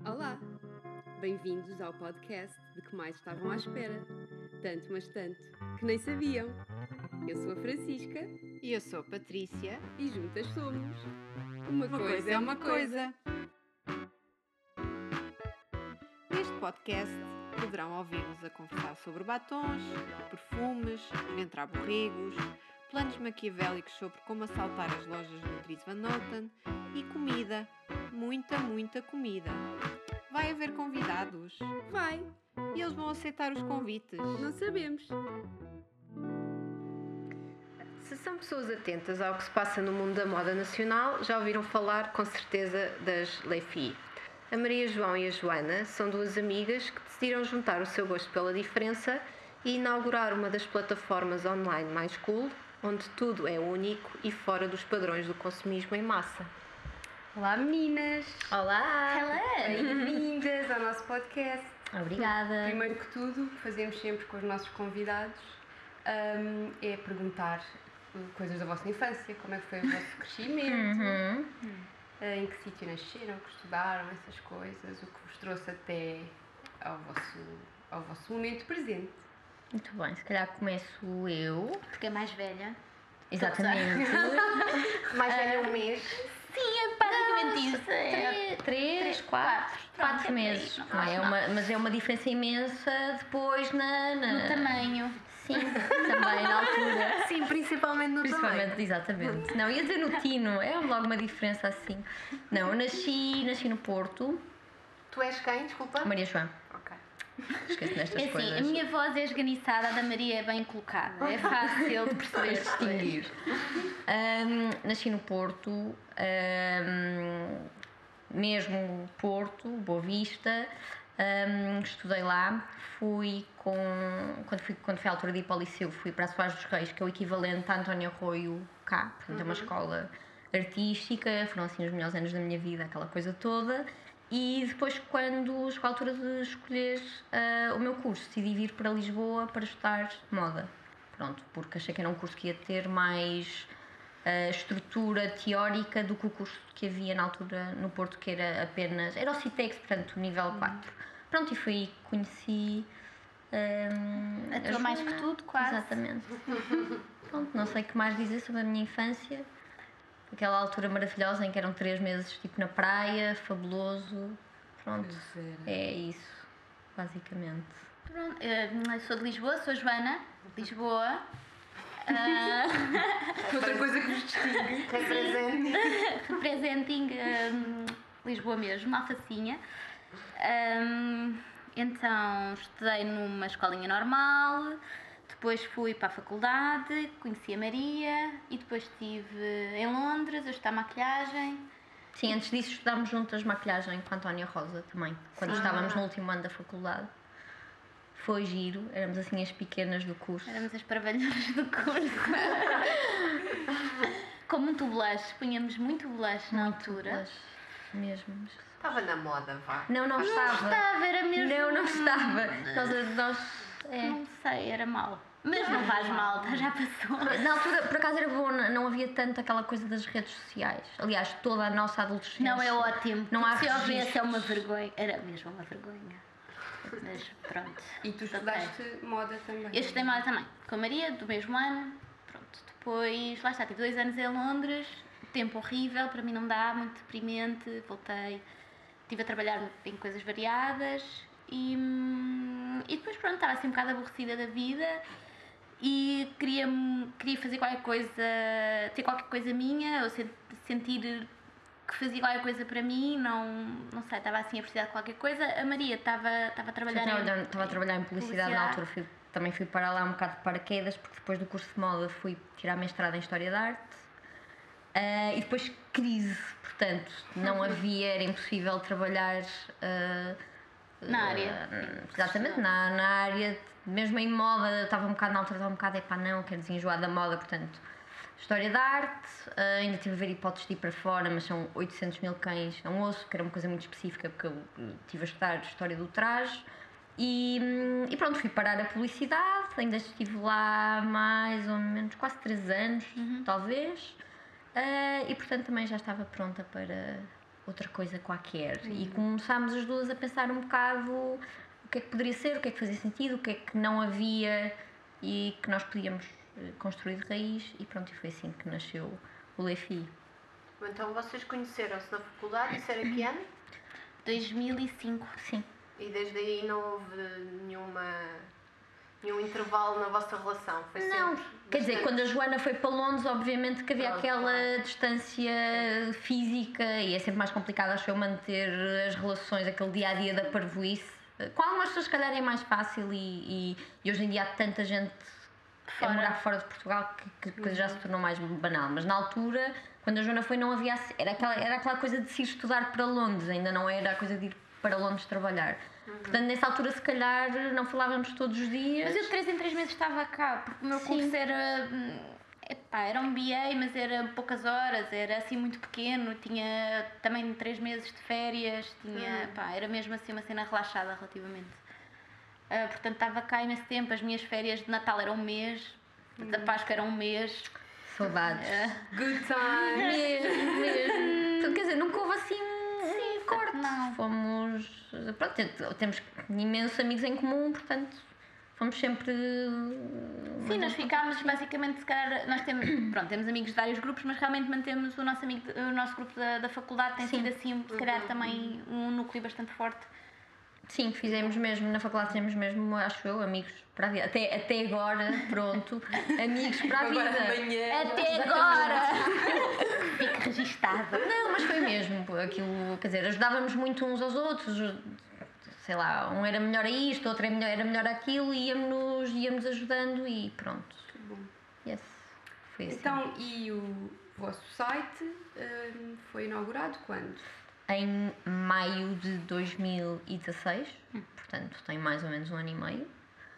Olá! Bem-vindos ao podcast de que mais estavam à espera. Tanto, mas tanto, que nem sabiam. Eu sou a Francisca. E eu sou a Patrícia. E juntas somos Uma Coisa é uma coisa. Neste podcast poderão ouvir-nos a conversar sobre batons, perfumes, entrar borregos, planos maquiavélicos sobre como assaltar as lojas do Dries Van Noten e comida, muita comida. Vai haver convidados? Vai! E eles vão aceitar os convites? Não sabemos. Se são pessoas atentas ao que se passa no mundo da moda nacional, já ouviram falar com certeza das Les Filles. A Maria João e a Joana são duas amigas que decidiram juntar o seu gosto pela diferença e inaugurar uma das plataformas online mais cool, onde tudo é único e fora dos padrões do consumismo em massa. Olá, meninas! Olá! Hello! Bem-vindas ao nosso podcast. Obrigada! Primeiro que tudo, o que fazemos sempre com os nossos convidados é perguntar coisas da vossa infância, como é que foi o vosso crescimento, em que sítio nasceram, o que estudaram, essas coisas, o que vos trouxe até ao vosso momento presente. Muito bem, se calhar começo eu. Porque é mais velha. Exatamente. Mais velha um mês. Sim, é basicamente isso. Três, quatro meses. Não Não é mas é uma diferença imensa depois No tamanho. Sim, também na altura. Sim, principalmente no tamanho. Principalmente, exatamente. Não, ia dizer no tino, é logo uma diferença assim. Não, eu nasci no Porto. Tu és quem, desculpa? Maria João. Ok. Esqueço nestas É assim, coisas. a minha voz é esganiçada, a da Maria é bem colocada. É fácil de perceber. Distinguir. Nasci no Porto, mesmo Porto, Boa Vista. Estudei lá, quando foi a altura de ir para o liceu, fui para a Soares dos Reis, que é o equivalente a António Arroio cá, portanto é uma escola artística, foram assim os melhores anos da minha vida, aquela coisa toda. E depois, quando chegou a altura de escolher o meu curso, decidi vir para Lisboa para estudar moda. Pronto, porque achei que era um curso que ia ter mais estrutura teórica do que o curso que havia na altura no Porto, que era apenas... Era o Citex, portanto, nível 4. Pronto, e foi aí que conheci... A tua mais que tudo, quase. Exatamente. Pronto, não sei o que mais dizer sobre a minha infância. Aquela altura maravilhosa em que eram 3 meses tipo na praia, fabuloso. Pronto, é isso, basicamente. Pronto, eu sou de Lisboa, sou Joana, de Lisboa. Outra coisa que vos distingue. Representing Lisboa mesmo, Alfacinha. Então estudei numa escolinha normal, depois fui para a faculdade, conheci a Maria e depois estive em Londres a estudar maquilhagem. Sim, antes disso estudámos juntas maquilhagem com a Antónia Rosa também, quando estávamos no último ano da faculdade. Foi giro, éramos assim as pequenas do curso. Éramos as parvalhonas do curso. Com muito blush, punhamos muito blush na altura. Blush, mesmo. Estava na moda, vá. Não Não estava. era mesmo. Não estava. Não sei, era mau. Mas não faz mal, já passou. Na altura, por acaso era bom, não havia tanto aquela coisa das redes sociais. Aliás, toda a nossa adolescência. Não, é ótimo. Não há se houvesse registros. é uma vergonha. Era mesmo uma vergonha. Mas pronto. E tu estudaste moda também? Eu estudei moda também, com a Maria, do mesmo ano. Pronto, depois, lá está, tive 2 anos em Londres. Tempo horrível, para mim não dá, muito deprimente. Voltei, estive a trabalhar em coisas variadas. E depois, pronto, estava assim um bocado aborrecida da vida. E queria fazer qualquer coisa, ter qualquer coisa minha, ou sentir que fazia qualquer coisa para mim, não sei, estava assim a precisar de qualquer coisa. A Maria estava a trabalhar em publicidade na altura, também fui para lá um bocado de paraquedas, porque depois do curso de moda fui tirar mestrado em História da Arte. E depois crise, portanto, não havia, era impossível trabalhar... na área. Exatamente, na área, mesmo em moda, estava um bocado na altura, não, quero desenjoar da moda, portanto, História da Arte, ainda tive a ver hipóteses de ir para fora, mas são 800 mil cães a um osso, que era uma coisa muito específica, porque eu estive a estudar História do Traje, e pronto, fui parar a publicidade, ainda estive lá mais ou menos quase 3 anos, talvez, e portanto também já estava pronta para outra coisa qualquer. E começámos as duas a pensar um bocado o que é que poderia ser, o que é que fazia sentido, o que é que não havia e que nós podíamos construir de raiz, e pronto, e foi assim que nasceu o LEFI. Então vocês conheceram-se na faculdade, isso era que ano? 2005. Sim. E desde aí não houve nenhum intervalo na vossa relação? Foi Não, quer dizer, quando a Joana foi para Londres, obviamente que havia aquela distância física e é sempre mais complicado, acho eu, manter as relações, aquele dia-a-dia da parvoíce. Com algumas pessoas, se calhar, é mais fácil e hoje em dia há tanta gente a morar fora de Portugal que já se tornou mais banal. Mas na altura, quando a Joana foi, não havia... Era aquela coisa de se ir estudar para Londres, ainda não era a coisa de ir para Londres trabalhar. Portanto, nessa altura, se calhar, não falávamos todos os dias. Mas eu de 3 em 3 meses estava cá, porque o meu curso era um BA, mas era poucas horas, era assim muito pequeno, tinha também 3 meses de férias, era mesmo assim uma cena relaxada relativamente. Portanto, estava cá imenso tempo, as minhas férias de Natal eram um mês, da Páscoa era um mês. Saudades. Good time! Mesmo. Portanto, quer dizer, nunca houve assim um corte. Não. Fomos. Pronto, temos imensos amigos em comum, portanto, fomos sempre. Sim, nós ficámos basicamente, se calhar, nós temos amigos de vários grupos, mas realmente mantemos o nosso grupo da faculdade, tem sido assim, se calhar também um núcleo bastante forte. Sim, fizemos mesmo, na faculdade temos mesmo, acho eu, amigos para a vida. Até agora, pronto, amigos para a vida. Até agora! Fique registado. Não, mas foi mesmo aquilo, quer dizer, ajudávamos muito uns aos outros, sei lá, um era melhor a isto, outro era melhor aquilo, e íamos ajudando e pronto. Bom. Yes, foi assim. Então, e o vosso site foi inaugurado quando? Em maio de 2016, portanto tem mais ou menos um ano e meio.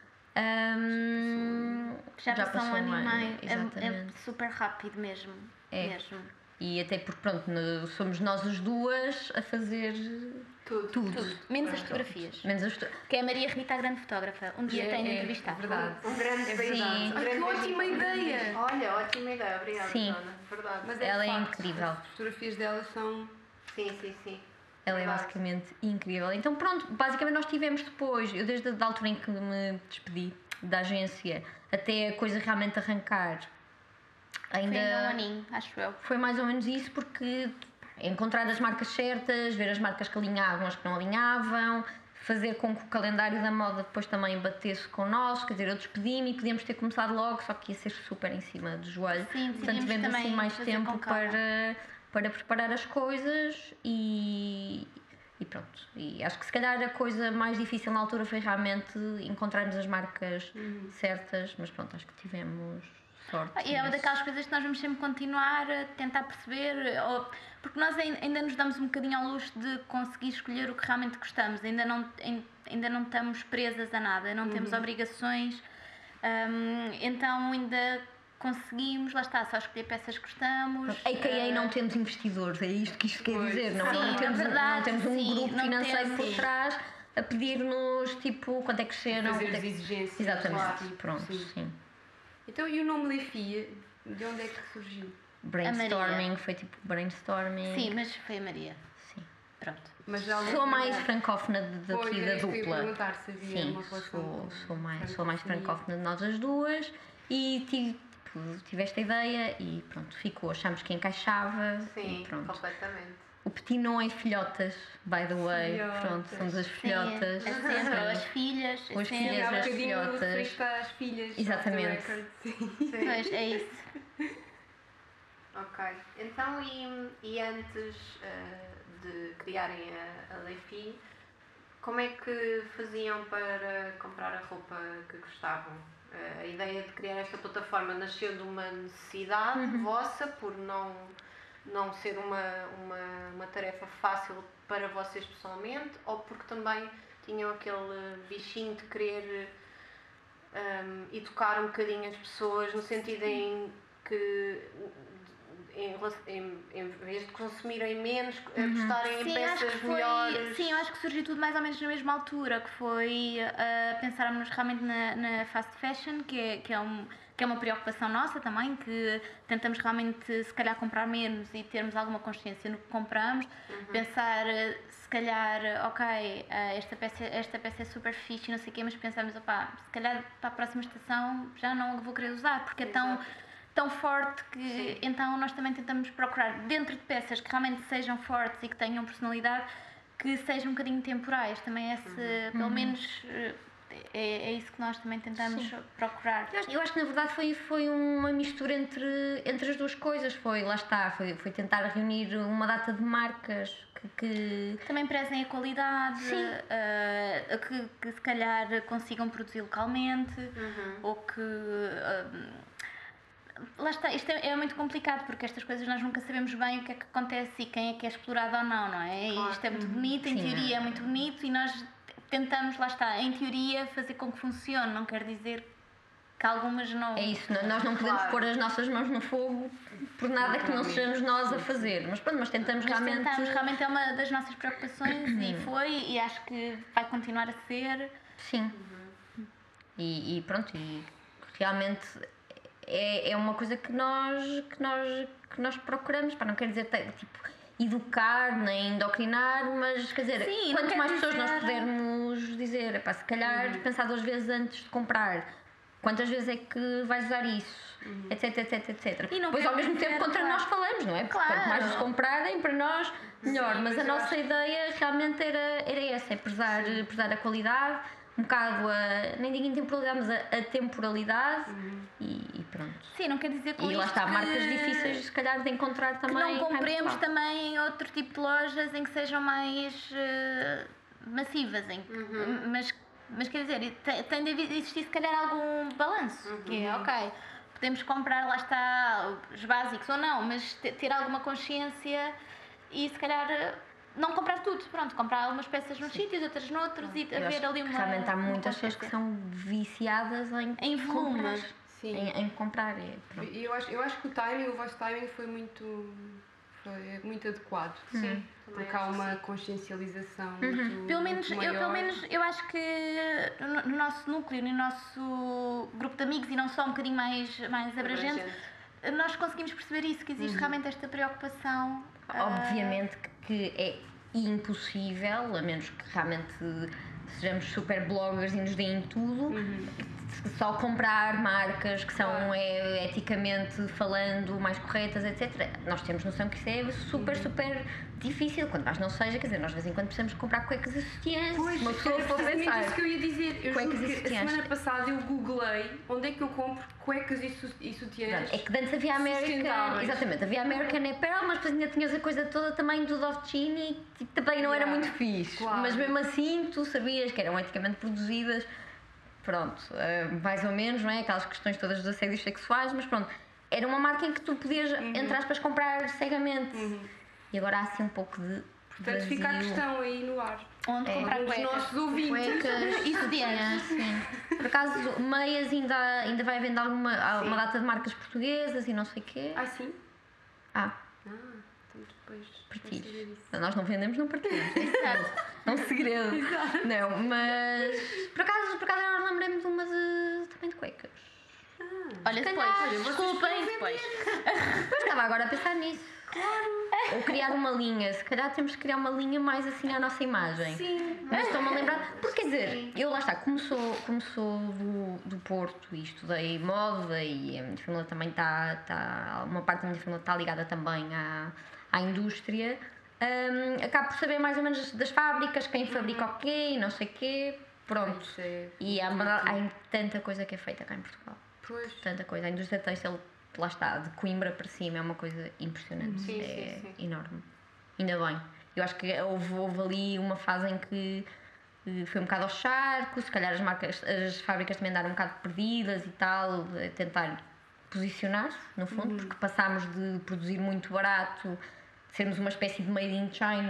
Já passou um ano e meio, é exatamente. super rápido mesmo. mesmo. E até porque, pronto, somos nós as duas a fazer tudo. Menos as fotografias. Menos as Que é a Maria Rita, a grande fotógrafa. Um dia tenho de entrevistar. Verdade. Um grande beijo. Que ótima ideia! Olha, ótima ideia, obrigada, Sim. Joana. Verdade. Mas Ela é de facto, incrível. As fotografias dela são... Sim. Ela é basicamente incrível. Então, pronto, basicamente nós tivemos depois, eu desde a altura em que me despedi da agência até a coisa realmente arrancar, ainda Foi ainda um aninho, acho eu. foi mais ou menos isso, porque encontrar as marcas certas, ver as marcas que alinhavam, as que não alinhavam, fazer com que o calendário da moda depois também batesse com o nosso, quer dizer, eu despedi-me e podíamos ter começado logo, só que ia ser super em cima do joelho. Sim, portanto, tivemos também assim mais fazer tempo com calma. para preparar as coisas e pronto. E acho que se calhar a coisa mais difícil na altura foi realmente encontrarmos as marcas certas, mas pronto, acho que tivemos sorte. E é uma daquelas coisas que nós vamos sempre continuar a tentar perceber, porque nós ainda nos damos um bocadinho ao luxo de conseguir escolher o que realmente gostamos, ainda não estamos presas a nada, não temos obrigações, então ainda conseguimos, lá está, só escolher peças que gostamos. A.k.a. não temos investidores, é isto que isto quer dizer, não, Sim, não temos, é verdade, não temos um sim, grupo não financeiro temos, por sim. trás a pedir-nos tipo quanto é que cresceram, Fazer quanto é as que... exigências. Exatamente, Claro, pronto, sim. Então, e o nome Lefia, de onde é que surgiu? Brainstorming, foi tipo brainstorming. Sim, mas foi a Maria. Sim. Pronto. Mas já Sou mais francófona Foi, daqui da era isso que eu ia dupla. perguntar, se havia Sim, uma relação sou mais francofonia. francófona de nós as duas e tive esta ideia e pronto, ficou. Achamos que encaixava Sim, e pronto. completamente. O Petit não é filhotas, by the way. Filhotas. Pronto, somos as Sim, filhotas. é sempre, ou as filhas. Ou as é sempre. filhas. Há as bocadinho filhotas. referiste às filhas. Exatamente. off the record, sim. Pois, é isso. Ok. Então, e antes de criarem a Lefie, como é que faziam para comprar a roupa que gostavam? A ideia de criar esta plataforma nasceu de uma necessidade vossa, por não ser uma tarefa fácil para vocês pessoalmente, ou porque também tinham aquele bichinho de querer educar um bocadinho as pessoas, no sentido em que em vez de consumirem menos, apostarem em peças melhores. Sim, eu acho que surgiu tudo mais ou menos na mesma altura, que foi pensarmos realmente na fast fashion, que é uma preocupação nossa também, que tentamos realmente se calhar comprar menos e termos alguma consciência no que compramos, pensar se calhar, ok, esta peça é super fixe e não sei o quê, mas pensamos, opá, se calhar para a próxima estação já não a vou querer usar, porque é tão forte que então nós também tentamos procurar dentro de peças que realmente sejam fortes e que tenham personalidade, que sejam um bocadinho temporais, também pelo menos é isso que nós também tentamos procurar. Eu acho que na verdade foi uma mistura entre as duas coisas, foi tentar reunir uma data de marcas que também prezem a qualidade, que se calhar consigam produzir localmente, ou que lá está, isto é muito complicado porque estas coisas nós nunca sabemos bem o que é que acontece e quem é que é explorado ou não, não é? Claro. Isto é muito bonito, em teoria é muito bonito e nós tentamos, lá está, em teoria fazer com que funcione, não quer dizer que algumas não... É isso, nós não podemos pôr as nossas mãos no fogo por nada que não sejamos nós a fazer, mas pronto, mas tentamos realmente... Realmente é uma das nossas preocupações e acho que vai continuar a ser. Sim. E pronto, e realmente... É uma coisa que nós procuramos, não quer dizer tipo, educar nem doutrinar, mas quer dizer, quanto mais pessoas nós pudermos dizer, se calhar pensar 2 vezes antes de comprar, quantas vezes é que vais usar isso, etc. E depois ao mesmo tempo contra nós falamos, não é? Porque quanto mais nos comprarem, para nós, melhor. Mas a nossa ideia realmente era essa, é prezar a qualidade, um bocado nem digo intemporalidade, mas a temporalidade e pronto. Sim, não quer dizer que e lá está, marcas difíceis se calhar de encontrar também. Que não compremos também em outro tipo de lojas em que sejam mais massivas, mas quer dizer, tem de existir se calhar algum balanço, que é ok, podemos comprar, lá está, os básicos ou não, mas ter alguma consciência e se calhar... não comprar tudo, pronto, comprar algumas peças nos sítios, outras noutros e haver ali uma... Realmente há muitas pessoas que são viciadas em volumes. Em comprar. E eu acho que o vosso timing foi muito adequado. Sim. Porque há uma consciencialização muito, pelo menos maior. eu acho que no nosso núcleo, no nosso grupo de amigos e não só um bocadinho mais abrangente, nós conseguimos perceber isso, que existe realmente esta preocupação. Obviamente que é impossível, a menos que realmente sejamos super bloggers e nos deem tudo, só comprar marcas que são eticamente falando mais corretas, etc. Nós temos noção que isso é super difícil, quando mais não seja, quer dizer, nós de vez em quando precisamos comprar cuecas e sutiãs. Pois, uma pessoa for pensar. Isso que eu ia dizer. Eu cuecas juro e que sutiãs. a semana passada eu googlei onde é que eu compro cuecas e sutiãs. É que antes havia American, exatamente, havia American Apparel, mas depois ainda tinhas a coisa toda também do Dovcini e também não era muito fixe. Claro. Mas mesmo assim tu sabias que eram eticamente produzidas, pronto, mais ou menos, não é? Aquelas questões todas dos assédios sexuais, mas pronto, era uma marca em que tu podias, entre aspas, comprar cegamente. E agora há assim um pouco de Portanto, fica a questão aí no ar. Onde comprar os nossos ouvintes. Cuecas e sutiãs. Sim. Por acaso, meias ainda vai havendo uma data de marcas portuguesas e não sei o quê. Ah, sim? Então depois partilhos. Nós não vendemos, não partilhamos. É um segredo. Não, mas por acaso eu lembrei-me de uma também de cuecas. Olha, depois, desculpem, depois. Mas estava agora a pensar nisso. Claro. Ou criar uma linha, se calhar temos que criar uma linha mais assim à nossa imagem. Sim. Mas estou-me a lembrar, porque quer dizer, eu lá está, como sou do Porto e estudei moda e a minha família também uma parte da minha família está ligada também à indústria, acabo por saber mais ou menos das fábricas, quem fabrica o quê e não sei o quê, pronto. E há tanta coisa que é feita cá em Portugal. Pois. Tanta coisa, a indústria têxtil, lá está, de Coimbra para cima é uma coisa impressionante, sim. Enorme. Ainda bem. Eu acho que houve ali uma fase em que foi um bocado ao charco, se calhar as fábricas também andaram um bocado perdidas e tal, a tentar posicionar-se, no fundo, porque passámos de produzir muito barato, de sermos uma espécie de made in China,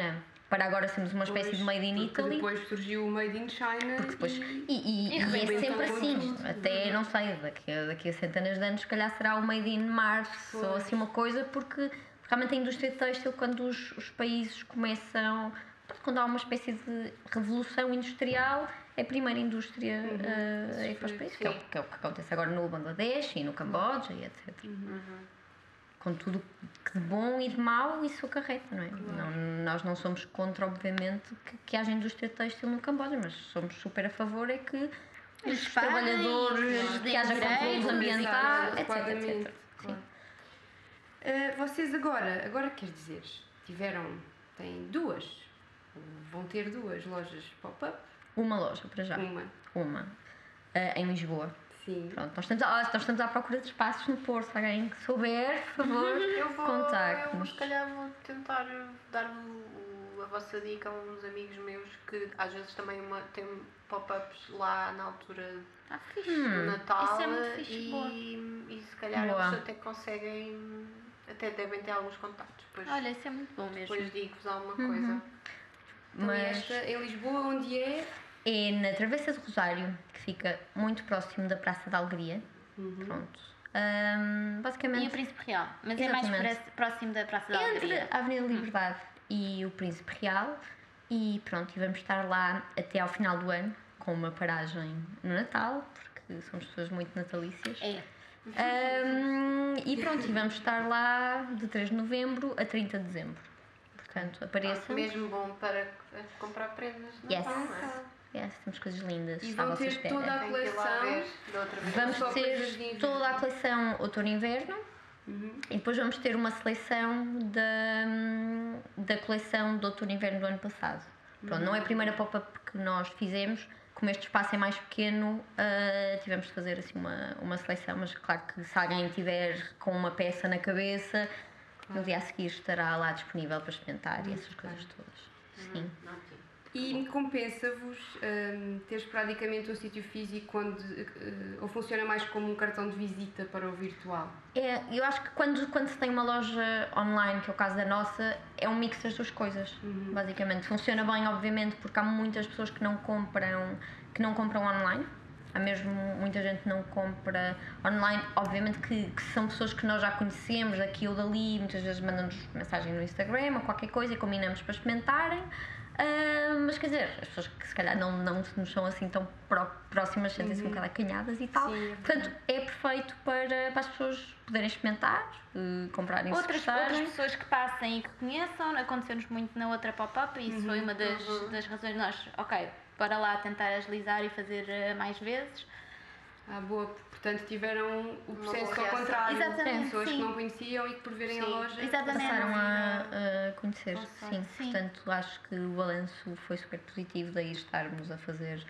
para agora sermos uma espécie de Made in porque Italy. depois surgiu o Made in China. Porque depois, e é rebentou sempre com assim, tudo. até não sei, daqui a centenas de anos, se calhar será o Made in Mars ou assim uma coisa, porque realmente a indústria têxtil, quando os países começam, quando há uma espécie de revolução industrial, é a primeira indústria a ir para os países, que é o que acontece agora no Bangladesh e no Camboja e etc. Com tudo que de bom e de mau isso acarreta, não é? Nós não somos contra, obviamente, que haja indústria têxtil no Camboja, mas somos super a favor é que os trabalhadores, que haja controles ambientais, etc. Claro. Vocês agora quer dizer, têm vão ter duas lojas pop-up? Uma loja, para já. Uma. Em Lisboa. Sim. Pronto, nós estamos à procura de espaços no Porto. Alguém que souber, por favor, contacte-nos. Se calhar vou tentar dar a vossa dica a uns amigos meus que às vezes também têm pop-ups lá na altura do Natal. Isso é muito fixe, e se calhar eles até conseguem, até devem ter alguns contactos. Olha, isso é muito bom mesmo. Depois digo-vos alguma coisa. Mas esta em Lisboa, onde é? É na Travessa do Rosário, que fica muito próximo da Praça da Alegria. Pronto. Basicamente. E o Príncipe Real, mas Exatamente. é mais próximo da Praça da Alegria. Entre a Avenida Liberdade e o Príncipe Real. E pronto, e vamos estar lá até ao final do ano, com uma paragem no Natal, porque somos pessoas muito natalícias. É. E pronto, e vamos estar lá de 3 de novembro a 30 de dezembro. Portanto, apareçam. Mesmo bom para comprar prendas de Yes. Natal, não é? Yes, temos coisas lindas. E à vão vossa ter espera. toda a Tenho que ir lá ver coleção. da outra vez. Vamos só coisas de ter inverno. toda a coleção outono-inverno e depois vamos ter uma seleção da coleção de outono-inverno do ano passado. Pronto, não é a primeira pop-up que nós fizemos, como este espaço é mais pequeno, tivemos de fazer assim uma seleção, mas claro que se alguém estiver com uma peça na cabeça, no dia a seguir estará lá disponível para experimentar e essas coisas todas. Sim. E compensa-vos ter esporadicamente um sítio físico ou funciona mais como um cartão de visita para o virtual? Eu acho que quando se tem uma loja online, que é o caso da nossa, é um mix das duas coisas, basicamente. Funciona bem, obviamente, porque há muitas pessoas que não compram online. Há mesmo muita gente que não compra online, obviamente que são pessoas que nós já conhecemos daqui ou dali, muitas vezes mandam-nos mensagem no Instagram ou qualquer coisa e combinamos para experimentarem. Mas quer dizer, as pessoas que se calhar não nos são assim tão próximas sentem-se um bocado acanhadas e tal. Sim, portanto, é perfeito para as pessoas poderem experimentar, comprarem Outras pessoas que passem e que conheçam, aconteceu-nos muito na outra pop-up e isso foi uma das razões de nós, para lá tentar agilizar e fazer mais vezes. Boa. Portanto, tiveram o processo ao contrário. Exatamente, Pessoas sim. que não conheciam e que por verem a loja Exatamente. passaram a conhecer. Sim. Sim. Portanto, acho que o balanço foi super positivo daí estarmos a fazer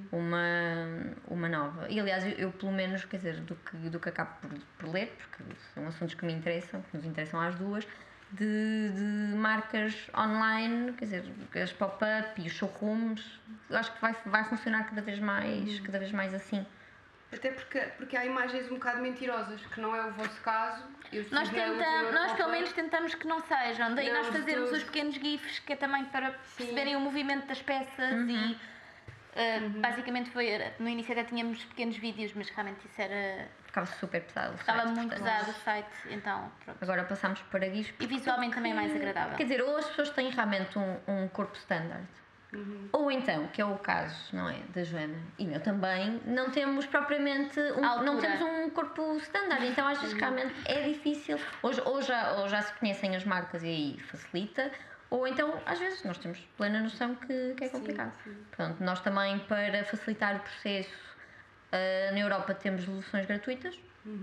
uma nova. E aliás, eu pelo menos, quer dizer, do que acabo por ler, porque são assuntos que me interessam, que nos interessam às duas, de marcas online, quer dizer, as pop-up e os showrooms, eu acho que vai funcionar cada vez mais assim. Até porque há imagens um bocado mentirosas, que não é o vosso caso. Nós pelo menos tentamos que não sejam, daí nós fazermos os pequenos GIFs, que é também para perceberem o movimento das peças e basicamente no início até tínhamos pequenos vídeos, mas realmente isso Ficava super pesado. Estava muito pesado o site, então pronto. Agora passámos para GIFs. E visualmente também é mais agradável. Quer dizer, ou as pessoas têm realmente um corpo standard. Ou então, que é o caso, não é, da Joana e meu também, não temos propriamente não temos um corpo standard, então às vezes realmente é difícil, ou já se conhecem as marcas e aí facilita, ou então às vezes nós temos plena noção que é complicado. Pronto, nós também, para facilitar o processo, na Europa temos devoluções gratuitas,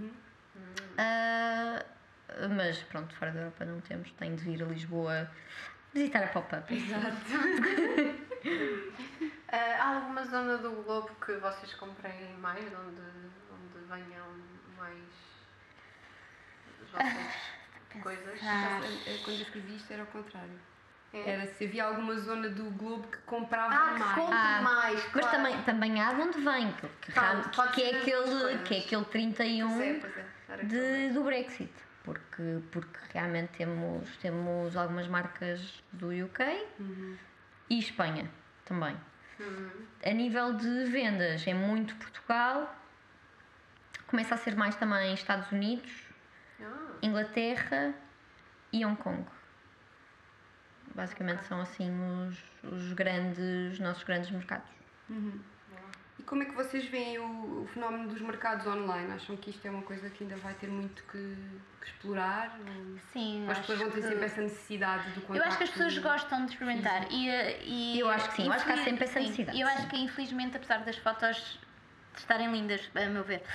mas pronto, fora da Europa não temos, tem de vir a Lisboa visitar a pop-up. Exato. Há alguma zona do globo que vocês comprem mais, onde venham mais as vossas coisas? Quando eu escrevi isto era ao contrário. Era se havia alguma zona do globo que comprava mais. Compre mais, claro. Mas também há de onde vem, que é aquele 31 Pois é, do Brexit. porque realmente temos algumas marcas do UK e Espanha também. A nível de vendas é muito Portugal, começa a ser mais também Estados Unidos, Inglaterra e Hong Kong. Basicamente são assim os nossos grandes mercados. E como é que vocês veem o fenómeno dos mercados online? Acham que isto é uma coisa que ainda vai ter muito que explorar? Sim, Ou as pessoas vão ter sempre essa necessidade do contacto? eu acho que as pessoas gostam de experimentar e Eu acho que sim, eu acho que há sempre essa sim, necessidade. eu acho que infelizmente, apesar das fotos estarem lindas, a meu ver,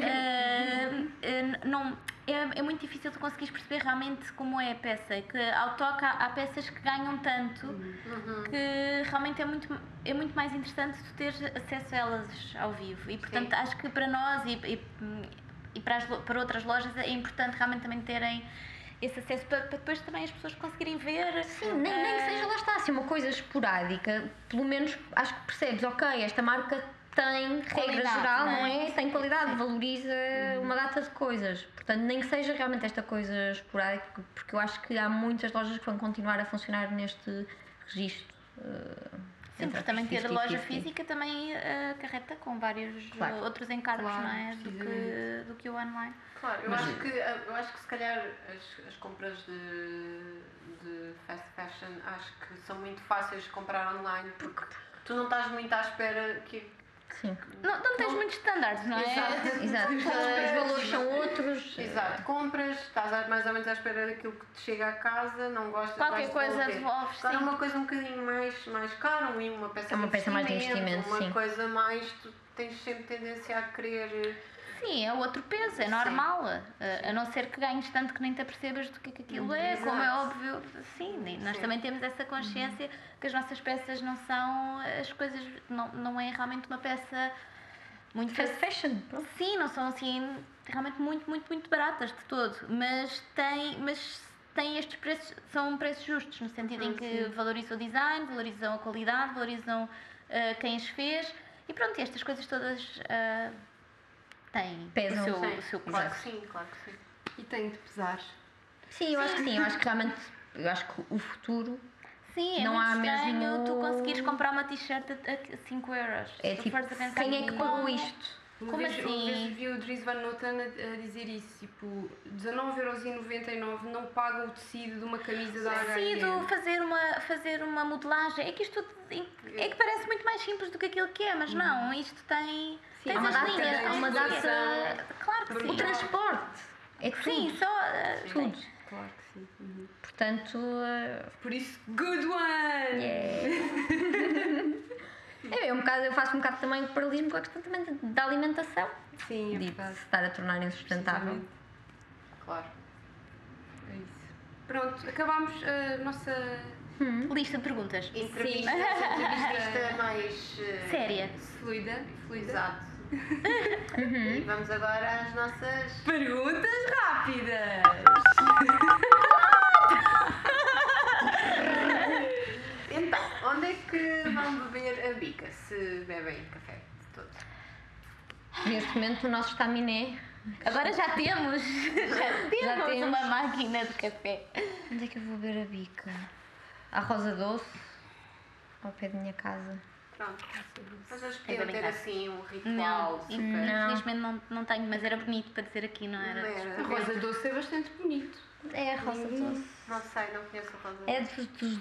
não, é muito difícil tu conseguires perceber realmente como é a peça, que ao toque há peças que ganham tanto que realmente é muito mais interessante tu teres acesso a elas ao vivo e portanto acho que para nós e para outras lojas é importante realmente também terem esse acesso para depois também as pessoas conseguirem ver. Sim, nem que seja lá está, assim, uma coisa esporádica, pelo menos acho que percebes, ok, esta marca tem regra geral, não é? Tem qualidade, valoriza uma data de coisas. Portanto, nem que seja realmente esta coisa esporádica, porque eu acho que há muitas lojas que vão continuar a funcionar neste registro. Sim, porque também ter a loja física também acarreta com vários outros encargos, não é? Do que o online. Claro, eu acho que se calhar as compras de fast fashion acho que são muito fáceis de comprar online porque tu não estás muito à espera que... Sim. Não tens muitos standards, não é? Exato. Os valores são outros. Exato, compras, estás mais ou menos à espera daquilo que te chega a casa, não gostas, qualquer coisa devolves. Agora uma coisa um bocadinho mais cara, uma peça mais de investimento, uma coisa mais, tu tens sempre tendência a querer... Sim, é outro peso, é normal, a não ser que ganhes tanto que nem te apercebas do que aquilo é, como é óbvio. Sim, nós também temos essa consciência que as nossas peças não são as coisas, não é realmente uma peça muito fast fashion. Sim, não são assim realmente muito baratas de todo, mas têm estes preços, são preços justos, no sentido em que valorizam o design, valorizam a qualidade, valorizam quem as fez e pronto, estas coisas todas têm pesam, o seu custo. Claro que sim. E tem de pesar. Sim, eu acho que sim. Eu acho que realmente o futuro. Sim, não há estranho mesmo... tu conseguires comprar uma t-shirt a 5 euros. É tipo, quem é que pagou isto? Como assim? Uma vez vi o Dries Van Noten a dizer isso, tipo, 19,99€ não paga o tecido de uma camisa da H&M. Tecido, fazer uma modelagem, é que isto é que parece muito mais simples do que aquilo que é, mas não, isto tem... Sim, há uma data... Claro que sim. O transporte, é tudo. Sim, só... tudo. Claro que sim. Portanto... Por isso, good one! Eu faço um bocado também o paralelismo com a questão também da alimentação. Sim, é de verdade. se estar a tornar insustentável. Claro. É isso. Pronto, acabámos a nossa... Lista de perguntas. Entrevista mais... séria. Fluida. Exato. E vamos agora às nossas... Perguntas rápidas! Então, onde é que vão beber a bica, se bebem café de todo? Neste momento o nosso estaminé. Agora já temos uma máquina de café. Onde é que eu vou beber a bica? À Rosa Doce, ao pé da minha casa. Pronto. Mas eles podiam ter assim um ritual super... Infelizmente não tenho, mas era bonito para dizer aqui, não era? A Rosa Doce é bastante bonito. É a Rosa Doce. Não sei, não conheço a Rosa Doce. É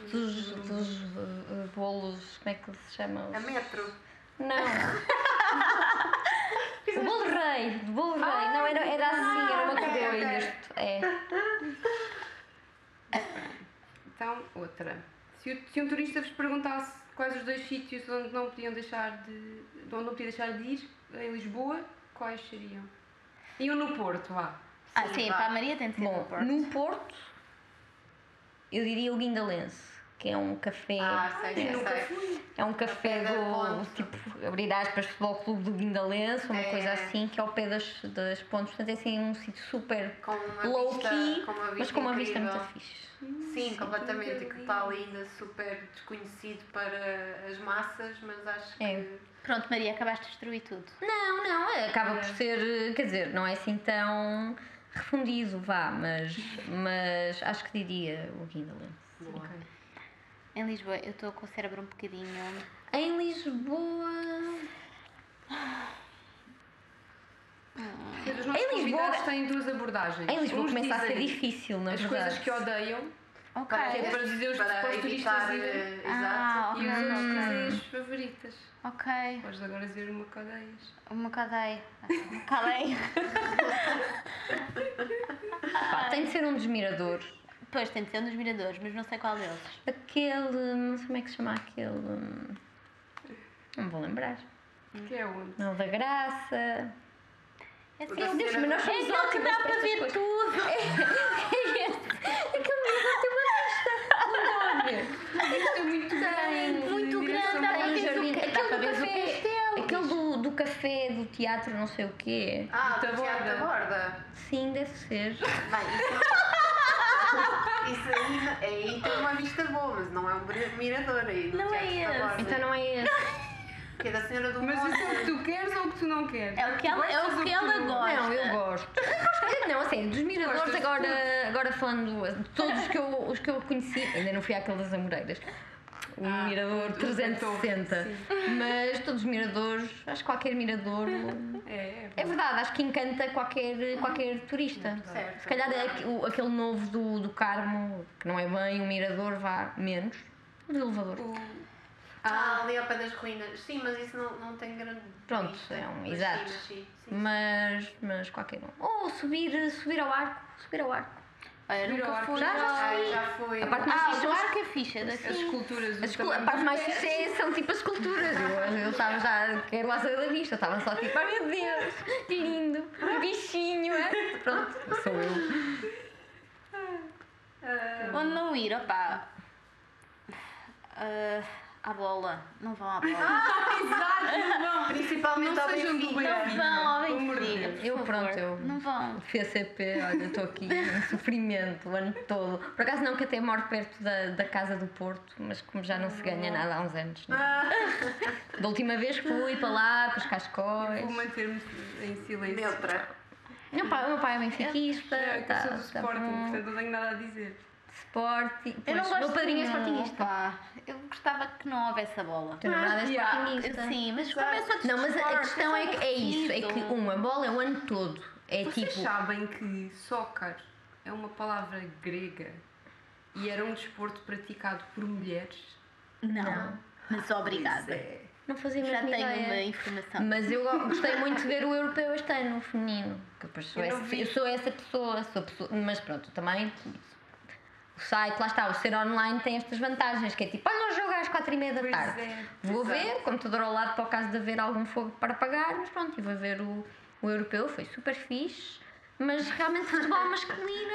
dos bolos, como é que se chama? A Metro. Não. O bolo rei, do bolo rei. Não, era assim, era uma cadeia isto. É. Então, outra. Se um turista vos perguntasse quais os 2 sítios onde não podia deixar de ir em Lisboa, quais seriam? E um no Porto, vá. Sim, para a Maria tem de ser no Porto. No Porto, eu diria o Guindalense, que é um café. Sei. É um café do tipo, abrir aspas, Futebol Clube do Guindalense, uma coisa assim, que é ao pé das pontes. Portanto, é assim um sítio super low-key, mas com uma vista muito fixe. Sim, completamente. E que está ali ainda super desconhecido para as massas, mas acho que... Pronto, Maria, acabaste de destruir tudo. Não, acaba por ser, quer dizer, não é assim tão... refundido, vá, mas acho que diria o Guindalense. Boa. Ok. Em Lisboa, eu estou com o cérebro um bocadinho. Em Lisboa. Os nossos Em Lisboa- convidados têm duas abordagens. Em Lisboa Uns começa a ser dizem difícil, na as verdade. coisas que odeiam, Ok. que é para dizer os Para para os turistas evitar, irem. Ah, exato. E os ok, outros ok. dizem as favoritas. Ok. Podes agora dizer uma que odeias. Uma cadeia. Cadeia. Pá, tem de ser um dos miradores. Pois, tem de ser um dos miradores, mas não sei qual deles. Aquele. Não sei como é que se chama aquele. Não me vou lembrar. Que é onde? Não, da Graça. É da assim, Deus, mas nós é somos aquele que dá ótimas para estas ver coisas. tudo. Aquele mirador tem uma vista. Não dá a ver. Isto é muito grande. Muito em grande, direção dá ao- para Tem um ver jardim. o ca- dá Aquele para do ver o café. castelo. Aquele do café, do teatro, não sei o quê. Ah, Da do Teatro da Borda. Sim, deve ser. Bem, isso aí tem uma vista boa, mas não é um mirador aí. Não é esse. Então não é esse. Que é da Senhora do Mas Monte. isso é o que tu queres ou o que tu não queres? É o que ela, é o que ela gosta. Não, eu gosto. Não, assim, dos miradores, Gostas de agora falando de todos os que eu conheci, ainda não fui àquele das Amoreiras. O mirador o 360. sim. Mas todos os miradores, acho que qualquer mirador. É verdade, acho que encanta qualquer turista. Certo. Se calhar aquele novo do Carmo, que não é bem um mirador, vá menos. O do elevador. Ali ao pé das ruínas. Sim, mas isso não tem grande. Pronto, vista. é um Mas exato. sim. Mas qualquer um. Ou subir ao arco. Subir ao arco. Olha, Subir nunca ao arco. fui. Já fui. A parte mais fixe o são as- arco é ficha As daqui. esculturas. a parte mais fixe são tipo as esculturas. Eu estava já, quero lá sair da vista, eu estava só tipo, ai meu Deus, que lindo, um bichinho, é? Pronto, sou eu. Onde não ir, opá. À bola. Não vão à bola. Exato, não. Principalmente Não ao sejam do Benfica. Não Benfica. vão ao Pelo amor de Benfica. Deus. por Eu, favor. pronto, eu- Não vão. PCP, olha, estou aqui em sofrimento o ano todo. Por acaso não, que até moro perto da Casa do Porto, mas como já não se ganha nada há uns anos. Não. Da última vez fui para lá com os cascóis. Vou manter-me em silêncio. Neutra. O meu pai é benfiquista, É, que eu sou do tá Sporting, bom. portanto não tenho nada a dizer. Sporting. Eu não Pois, gosto meu padrinho é nenhum, sportinguista. opá. Eu gostava que não houvesse a bola. Teu namorado é sportinguista. Sim, mas como eu sou de Não, mas a esporte, questão é que é isso, é que aborrecido. a bola é o ano todo. É Vocês tipo. sabem que soccer é uma palavra grega e era um desporto praticado por mulheres? Não, mas obrigada. É. Não fazia Já mesmo tenho uma ideia. informação. Mas eu gostei muito de ver o europeu este ano, o feminino. Que depois Eu sou essa pessoa, mas pronto, também. O site, lá está, o ser online tem estas vantagens, que é tipo, olha, nós jogamos às 4h30 da Pois tarde. é, Vou exato. ver, computador ao lado para o caso de haver algum fogo para apagar, mas pronto, e vou ver o europeu, foi super fixe. Mas realmente futebol masculino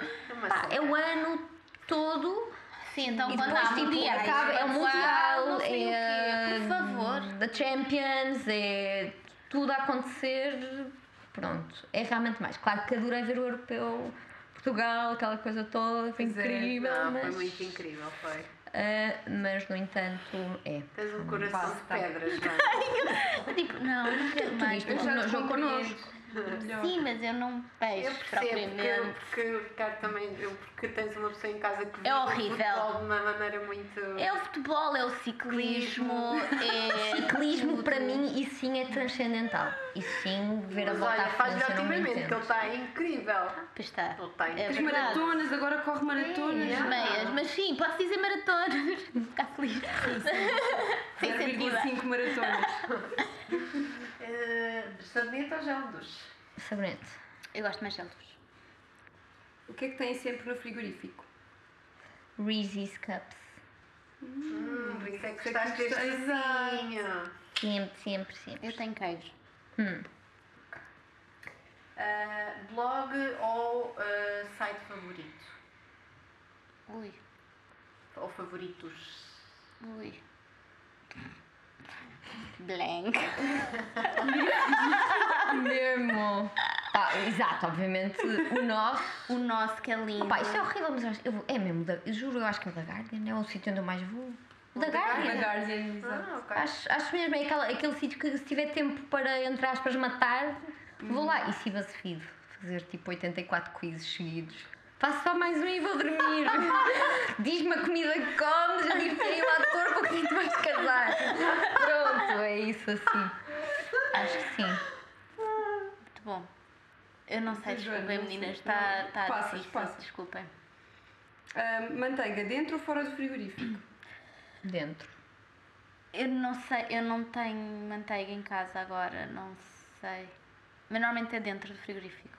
é o ano todo. Sim, então E quando depois, há tipo, mundiais, acaba, é o Mundial, não sei o é quê, por favor. da Champions, é tudo a acontecer. Pronto, é realmente mais. Claro que adorei ver o europeu, Portugal, aquela coisa toda, foi Pois é, incrível. Não, mas, foi muito incrível, foi. mas, no entanto, é. Tens um coração de Basta. pedras, não é? Tipo, não quero mais. viste? Eu já te Jogo compreendo. Melhor. Sim, mas eu não Eu peixe percebo, propriamente. porque o Ricardo também, porque tens uma pessoa em casa que É vive o horrível. futebol de uma maneira muito... É o futebol, é o ciclismo, é. Ciclismo, tudo. para mim, isso sim é transcendental. Isso sim, ver a Mas volta olha, à faz-lhe França não me otimamente, que ele entendo. está incrível. Pois está. Ele está É As incrível. verdade. maratonas, agora corre maratonas. As meias, mas sim, posso dizer maratonas. Ficar feliz. Sem sentido. 0,5 maratonas. Sabonete ou gel de duche? Sabonete. Eu gosto mais de gelos. O que é que têm sempre no frigorífico? Reese's Cups. Por isso é que Sei que gostaste deste gostei, exato. vizinho. Sempre, sempre. Eu tenho queijo. Blog ou site favorito? Ui, Ou favoritos? ui. Blank. Mesmo. Exato, obviamente o nosso. O nosso que é lindo. Pá, isto é horrível, mas é mesmo, eu juro, eu acho que é o da Guardian, é o sítio onde eu mais vou. O da Da Guardian. Guardian, exato. ok. Acho mesmo, é aquele sítio que se tiver tempo para, entre aspas, matar, vou lá. E se BuzzFeed fazer tipo 84 quizzes seguidos. Faço só mais um e vou dormir. Diz-me a comida que comes, eu digo quem é o ator com quem tu vais casar. Pronto, é isso assim. Acho que sim. Muito bom. Eu não sei, Joana, desculpem não meninas, sei. está Passas, difícil, passas. desculpem. Manteiga dentro ou fora do frigorífico? Dentro. Eu não sei, eu não tenho manteiga em casa agora, não sei. Mas normalmente é dentro do frigorífico.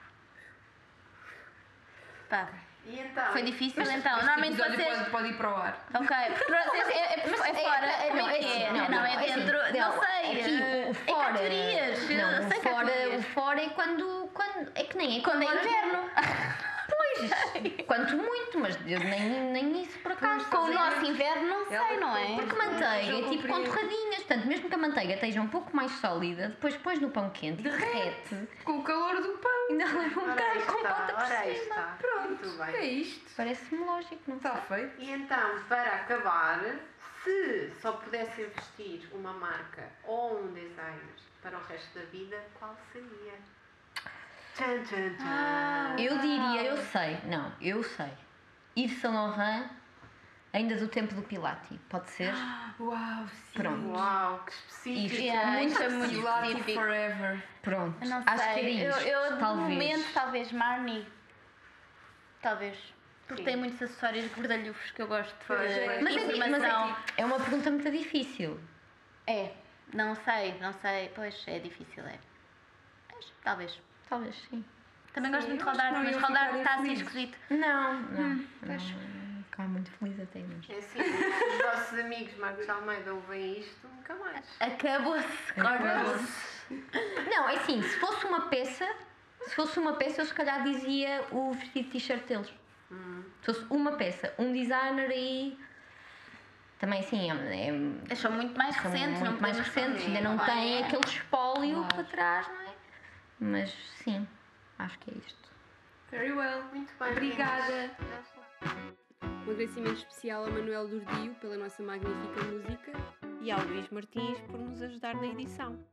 Pá, E então? foi difícil então. Este Normalmente episódio vocês... pode ir para o ar. Ok, porque para vocês é fora, como é que é? Não, é dentro, não sei. Aqui, o fora. É que há teorias. Não, Eu sei que há o teorias. fora é quando. É que nem é Quando é agora. inverno. Pois, quanto muito, mas eu nem isso por acaso. Com o nosso inverno não sei, não é? Porque manteiga é tipo com compreendo. torradinhas, portanto, mesmo que a manteiga esteja um pouco mais sólida, depois pões no pão quente e derrete. Com o calor do pão. Ainda leva um bocado com pota por ora aí cima. está. Pronto, Muito bem. é isto. Parece-me lógico, não? Está feito. E então, para acabar, se só pudessem vestir uma marca ou um designer para o resto da vida, qual seria? Tchan, tchan, tchan. Eu diria, eu sei. Yves Saint Laurent, ainda do tempo do Pilati, pode ser? Uau, sim. Pronto. Uau, que específico. Yeah, isto é muito Pilati específico. forever. Pronto, Eu não acho sei. que era isto, eu de talvez. momento, talvez Marni. Talvez. Porque Sim. tem muitos acessórios gordalhufos que eu gosto Pois, de pois. Mas informação. é uma pergunta muito difícil. Não sei. Pois, é difícil, é. Mas, talvez. Talvez sim. Também Sim, gosto muito de eu acho que rodar, não mas iam rodar ficar está assim infelizes. esquisito. Não. pois. Ficar muito feliz até mesmo. É assim, os nossos amigos Marcos Almeida ouvem isto, nunca mais. Acabou-se. Não, é assim, se fosse uma peça, eu se calhar dizia o vestido de t-shirt deles. Se fosse uma peça, um designer aí. Também assim, Eles são muito mais são recentes, não muito mais podemos recentes, fazer. ainda não têm É. aquele espólio Claro. para trás, não é? Mas sim, acho que é isto. Very well. Muito bem. Obrigada. meninas. Um agradecimento especial ao Manuel Durdio pela nossa magnífica música. E ao Luís Martins por nos ajudar na edição.